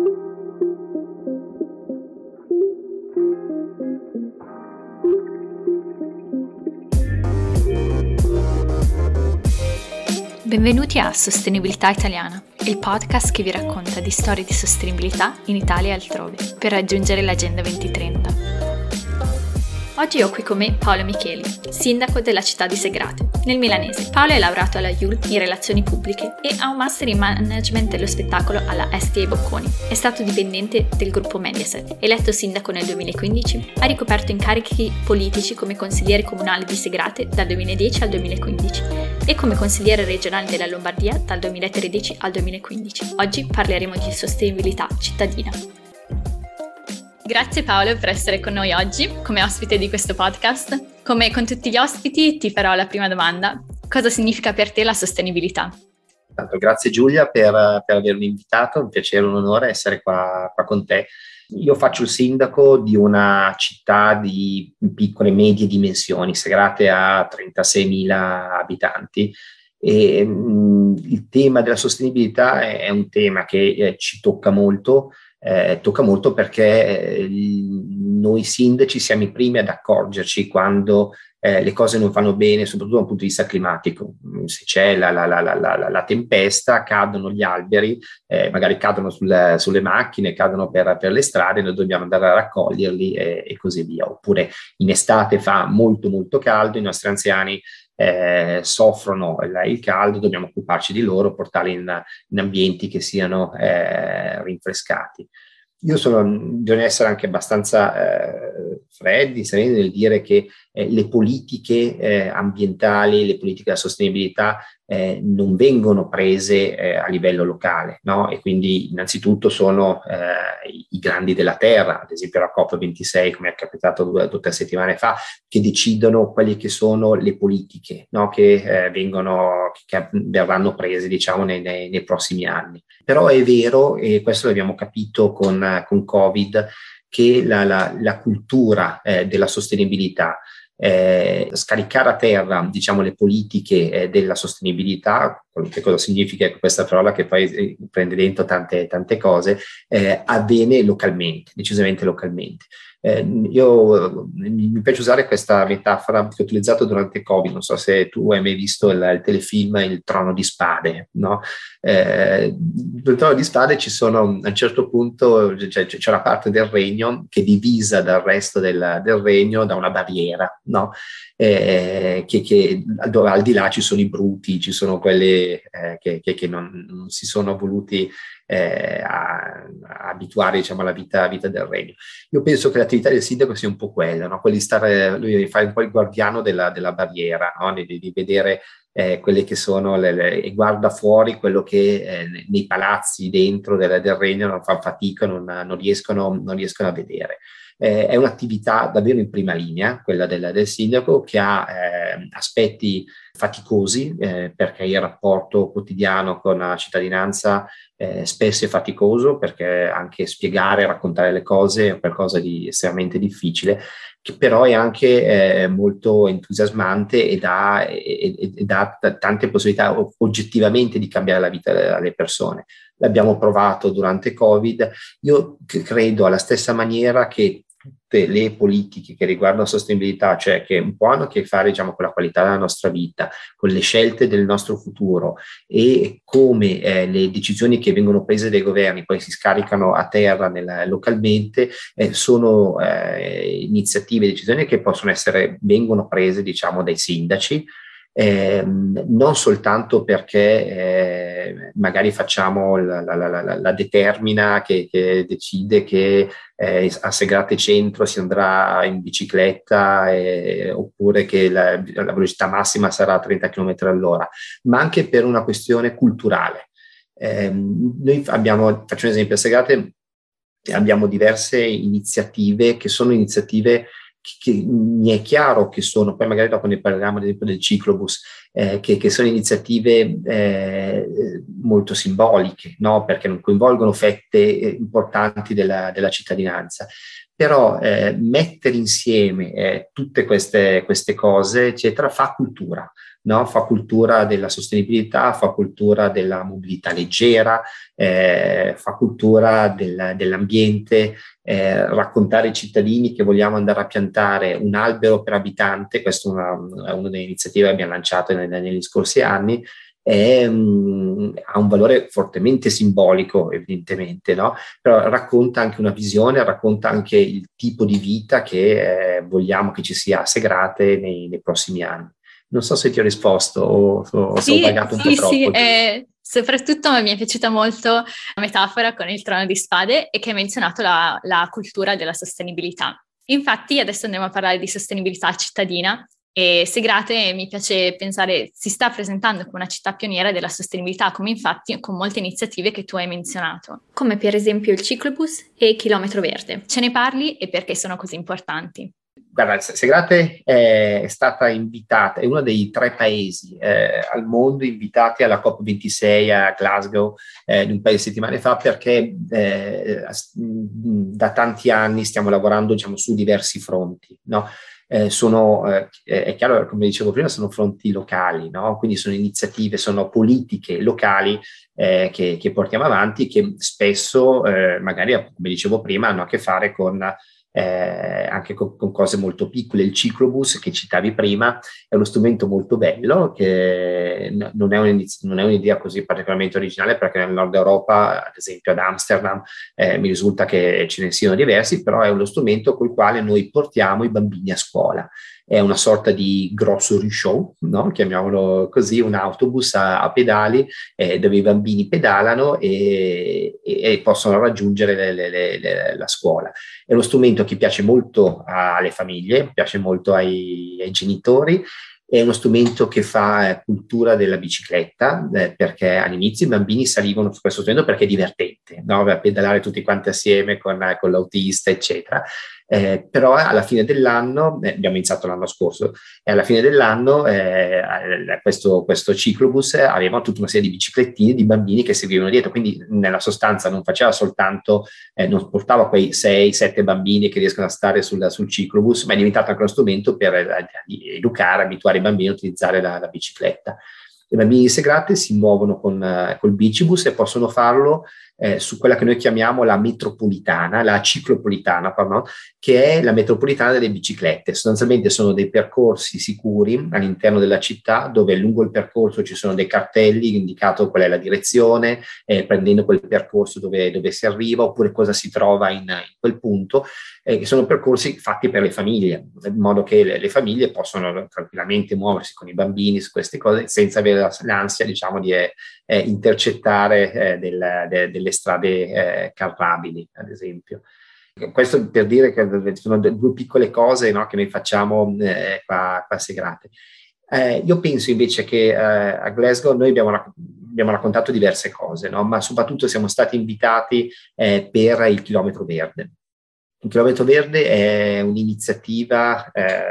Benvenuti a Sostenibilità Italiana, il podcast che vi racconta di storie di sostenibilità in Italia e altrove, per raggiungere l'Agenda 2030. Oggi ho qui con me Paolo Micheli, sindaco della città di Segrate, nel milanese. Paolo è laureato alla IUL in relazioni pubbliche e ha un master in management dello spettacolo alla STA Bocconi. È stato dipendente del gruppo Mediaset. Eletto sindaco nel 2015, ha ricoperto incarichi politici come consigliere comunale di Segrate dal 2010 al 2015 e come consigliere regionale della Lombardia dal 2013 al 2015. Oggi parleremo di sostenibilità cittadina. Grazie Paolo per essere con noi oggi come ospite di questo podcast. Come con tutti gli ospiti ti farò la prima domanda. Cosa significa per te la sostenibilità? Tanto grazie Giulia per avermi invitato, è un piacere, un onore essere qua con te. Io faccio il sindaco di una città di piccole e medie dimensioni, Segrate ha 36.000 abitanti. E il tema della sostenibilità è un tema che ci tocca molto perché noi sindaci siamo i primi ad accorgerci quando le cose non vanno bene, soprattutto dal punto di vista climatico. Se c'è la tempesta, cadono gli alberi, magari cadono sulle macchine, cadono per le strade, noi dobbiamo andare a raccoglierli e così via. Oppure in estate fa molto molto caldo, i nostri anziani soffrono il caldo, dobbiamo occuparci di loro, portarli in ambienti che siano rinfrescati. Bisogna essere anche abbastanza freddi, sereni nel dire che le politiche ambientali, le politiche della sostenibilità non vengono prese a livello locale, no? E quindi innanzitutto sono i grandi della terra, ad esempio la COP26, come è capitato 2 o 3 settimane fa, che decidono quelle che sono le politiche, no? che verranno prese, diciamo, nei prossimi anni. Però è vero, e questo l'abbiamo capito con Covid, che la cultura della sostenibilità, scaricare a terra, diciamo, le politiche della sostenibilità, che cosa significa questa parola che poi prende dentro tante cose, avviene localmente, decisamente localmente. Mi piace usare questa metafora che ho utilizzato durante Covid, non so se tu hai mai visto il telefilm Il Trono di Spade, no? Nel Trono di Spade ci sono, a un certo punto c'è una parte del regno che è divisa dal resto del regno da una barriera, no? Dove al di là ci sono i bruti, ci sono quelli che non si sono voluti abituare, diciamo, alla vita del regno. Io penso che l'attività del sindaco sia un po' quella, no? Quello di fare un po' il guardiano della barriera, no? di vedere quelle che sono e guarda fuori quello che nei palazzi dentro del regno non fanno fatica, non riescono a vedere. È un'attività davvero in prima linea, quella del sindaco, che ha aspetti faticosi, perché il rapporto quotidiano con la cittadinanza spesso è faticoso, perché anche spiegare e raccontare le cose è qualcosa di estremamente difficile, che però è anche molto entusiasmante e dà tante possibilità oggettivamente di cambiare la vita alle persone. L'abbiamo provato durante Covid. Io credo alla stessa maniera che tutte le politiche che riguardano la sostenibilità, cioè che un po' hanno a che fare, diciamo, con la qualità della nostra vita, con le scelte del nostro futuro e come le decisioni che vengono prese dai governi poi si scaricano a terra localmente, sono iniziative, decisioni che vengono prese, diciamo, dai sindaci. Non soltanto perché magari facciamo la determina che decide che a Segrate Centro si andrà in bicicletta oppure che la velocità massima sarà 30 km all'ora, ma anche per una questione culturale. Noi faccio un esempio, a Segrate abbiamo diverse iniziative che sono iniziative che mi è chiaro che sono, poi magari dopo ne parliamo ad esempio del ciclobus, che sono iniziative molto simboliche, no? Perché non coinvolgono fette importanti della cittadinanza. Però mettere insieme tutte queste cose, eccetera, fa cultura, no? Fa cultura della sostenibilità, fa cultura della mobilità leggera, fa cultura dell'ambiente, raccontare ai cittadini che vogliamo andare a piantare un albero per abitante. Questa è una delle iniziative che abbiamo lanciato negli scorsi anni. Ha un valore fortemente simbolico, evidentemente, no? Però racconta anche una visione, racconta anche il tipo di vita che vogliamo che ci sia a Segrate nei prossimi anni. Non so se ti ho risposto o ho vagato un po' troppo. Sì, soprattutto mi è piaciuta molto la metafora con il trono di spade e che hai menzionato la cultura della sostenibilità. Infatti adesso andiamo a parlare di sostenibilità cittadina e Segrate, mi piace pensare, si sta presentando come una città pioniera della sostenibilità, come infatti con molte iniziative che tu hai menzionato. Come per esempio il ciclobus e Chilometro Verde. Ce ne parli e perché sono così importanti? Guarda, Segrate è stata invitata, è uno dei 3 paesi al mondo invitati alla COP26 a Glasgow un paio di settimane fa, perché da tanti anni stiamo lavorando, diciamo, su diversi fronti, no? È chiaro, come dicevo prima, sono fronti locali, no? Quindi sono iniziative, sono politiche locali che portiamo avanti, che spesso magari, come dicevo prima, hanno a che fare con anche con cose molto piccole. Il ciclobus che citavi prima è uno strumento molto bello, che non è un'idea così particolarmente originale, perché nel nord Europa, ad esempio ad Amsterdam, mi risulta che ce ne siano diversi, però è uno strumento col quale noi portiamo i bambini a scuola. È una sorta di grocery show, no? Chiamiamolo così, un autobus a pedali dove i bambini pedalano e possono raggiungere la scuola. È uno strumento che piace molto alle famiglie, piace molto ai genitori. È uno strumento che fa cultura della bicicletta, perché all'inizio i bambini salivano su questo strumento perché è divertente, no? A pedalare tutti quanti assieme con l'autista, eccetera. Però alla fine dell'anno, abbiamo iniziato l'anno scorso, e alla fine dell'anno questo ciclobus aveva tutta una serie di biciclettine di bambini che seguivano dietro, quindi nella sostanza non faceva soltanto, non portava quei 6-7 bambini che riescono a stare sul ciclobus, ma è diventato anche uno strumento per educare, abituare i bambini a utilizzare la bicicletta. I bambini di Segrate si muovono col bicibus e possono farlo su quella che noi chiamiamo la metropolitana, la ciclopolitana, pardon, che è la metropolitana delle biciclette. Sostanzialmente sono dei percorsi sicuri all'interno della città, dove lungo il percorso ci sono dei cartelli indicato qual è la direzione, prendendo quel percorso dove si arriva, oppure cosa si trova in quel punto, che sono percorsi fatti per le famiglie, in modo che le famiglie possono tranquillamente muoversi con i bambini su queste cose senza avere l'ansia, diciamo, di intercettare delle strade carrabili, ad esempio. Questo per dire che sono 2 piccole cose, no, che noi facciamo qua a Segrate. Io penso invece che a Glasgow noi abbiamo raccontato diverse cose, no? Ma soprattutto siamo stati invitati per il Chilometro Verde. Il Chilometro Verde è un'iniziativa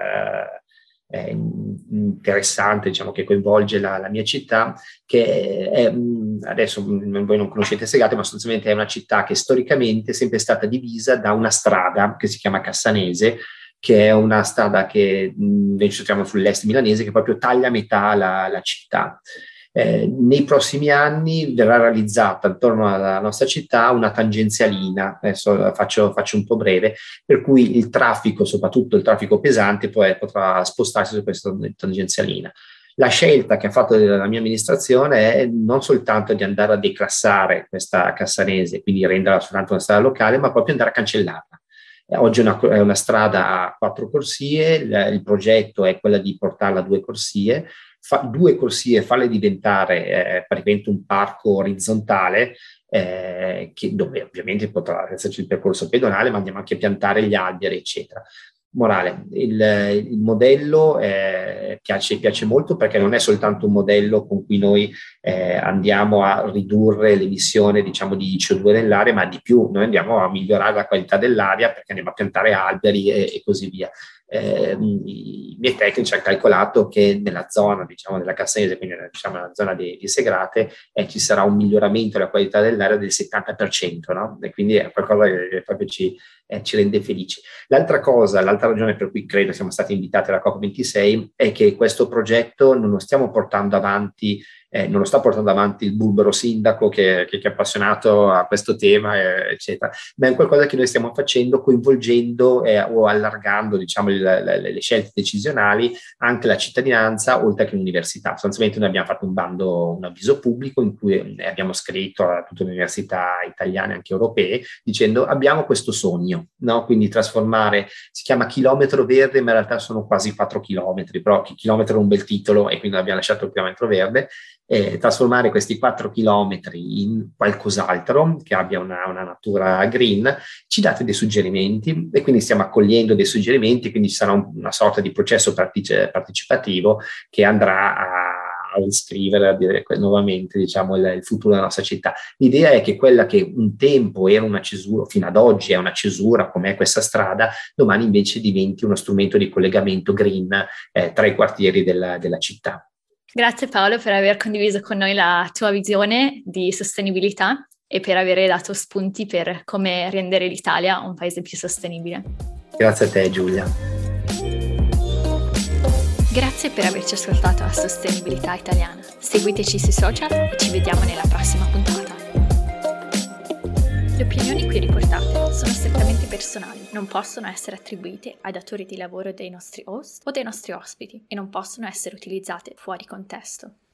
interessante, diciamo, che coinvolge la mia città, che è, adesso voi non conoscete Segrate, ma sostanzialmente è una città che storicamente è sempre stata divisa da una strada che si chiama Cassanese, che è una strada che noi ci troviamo sull'est milanese, che proprio taglia a metà la città. Nei prossimi anni verrà realizzata attorno alla nostra città una tangenzialina, adesso faccio un po' breve, per cui il traffico, soprattutto il traffico pesante, potrà spostarsi su questa tangenzialina. La scelta che ha fatto la mia amministrazione è non soltanto di andare a declassare questa Cassanese, quindi renderla soltanto una strada locale, ma proprio andare a cancellarla. Oggi è una strada a 4 corsie, il progetto è quello di portarla a 2 corsie, 2 corsie, farle diventare praticamente un parco orizzontale, dove ovviamente potrà esserci il percorso pedonale, ma andiamo anche a piantare gli alberi, eccetera. Morale, il modello piace molto, perché non è soltanto un modello con cui noi andiamo a ridurre l'emissione, diciamo, di CO2 nell'aria, ma di più, noi andiamo a migliorare la qualità dell'aria perché andiamo a piantare alberi e così via. i miei tecnici hanno calcolato che nella zona, diciamo, della Cassaese, quindi diciamo nella zona di Segrate, ci sarà un miglioramento della qualità dell'aria del 70%, no? E quindi è qualcosa che proprio ci rende felici. L'altra ragione per cui credo siamo stati invitati alla COP26 è che questo progetto non lo stiamo portando avanti, non lo sta portando avanti il bulbero sindaco che è appassionato a questo tema, eccetera, ma è qualcosa che noi stiamo facendo coinvolgendo o allargando, diciamo, le scelte decisionali anche la cittadinanza, oltre che l'università. Sostanzialmente noi abbiamo fatto un avviso pubblico in cui abbiamo scritto a tutte le università italiane, anche europee, dicendo abbiamo questo sogno, no? Quindi trasformare, si chiama chilometro verde, ma in realtà sono quasi 4 chilometri, però chilometro è un bel titolo e quindi abbiamo lasciato il chilometro verde. Trasformare questi 4 chilometri in qualcos'altro che abbia una natura green. Ci date dei suggerimenti e quindi stiamo accogliendo dei suggerimenti, quindi ci sarà una sorta di processo partecipativo che andrà a riscrivere nuovamente, diciamo, il futuro della nostra città. L'idea è che quella che un tempo era una cesura, fino ad oggi è una cesura, come è questa strada, domani invece diventi uno strumento di collegamento green tra i quartieri della città. Grazie Paolo per aver condiviso con noi la tua visione di sostenibilità e per aver dato spunti per come rendere l'Italia un paese più sostenibile. Grazie a te, Giulia. Grazie per averci ascoltato a Sostenibilità Italiana. Seguiteci sui social e ci vediamo nella prossima puntata. Le opinioni qui riportate sono strettamente personali, non possono essere attribuite ai datori di lavoro dei nostri host o dei nostri ospiti e non possono essere utilizzate fuori contesto.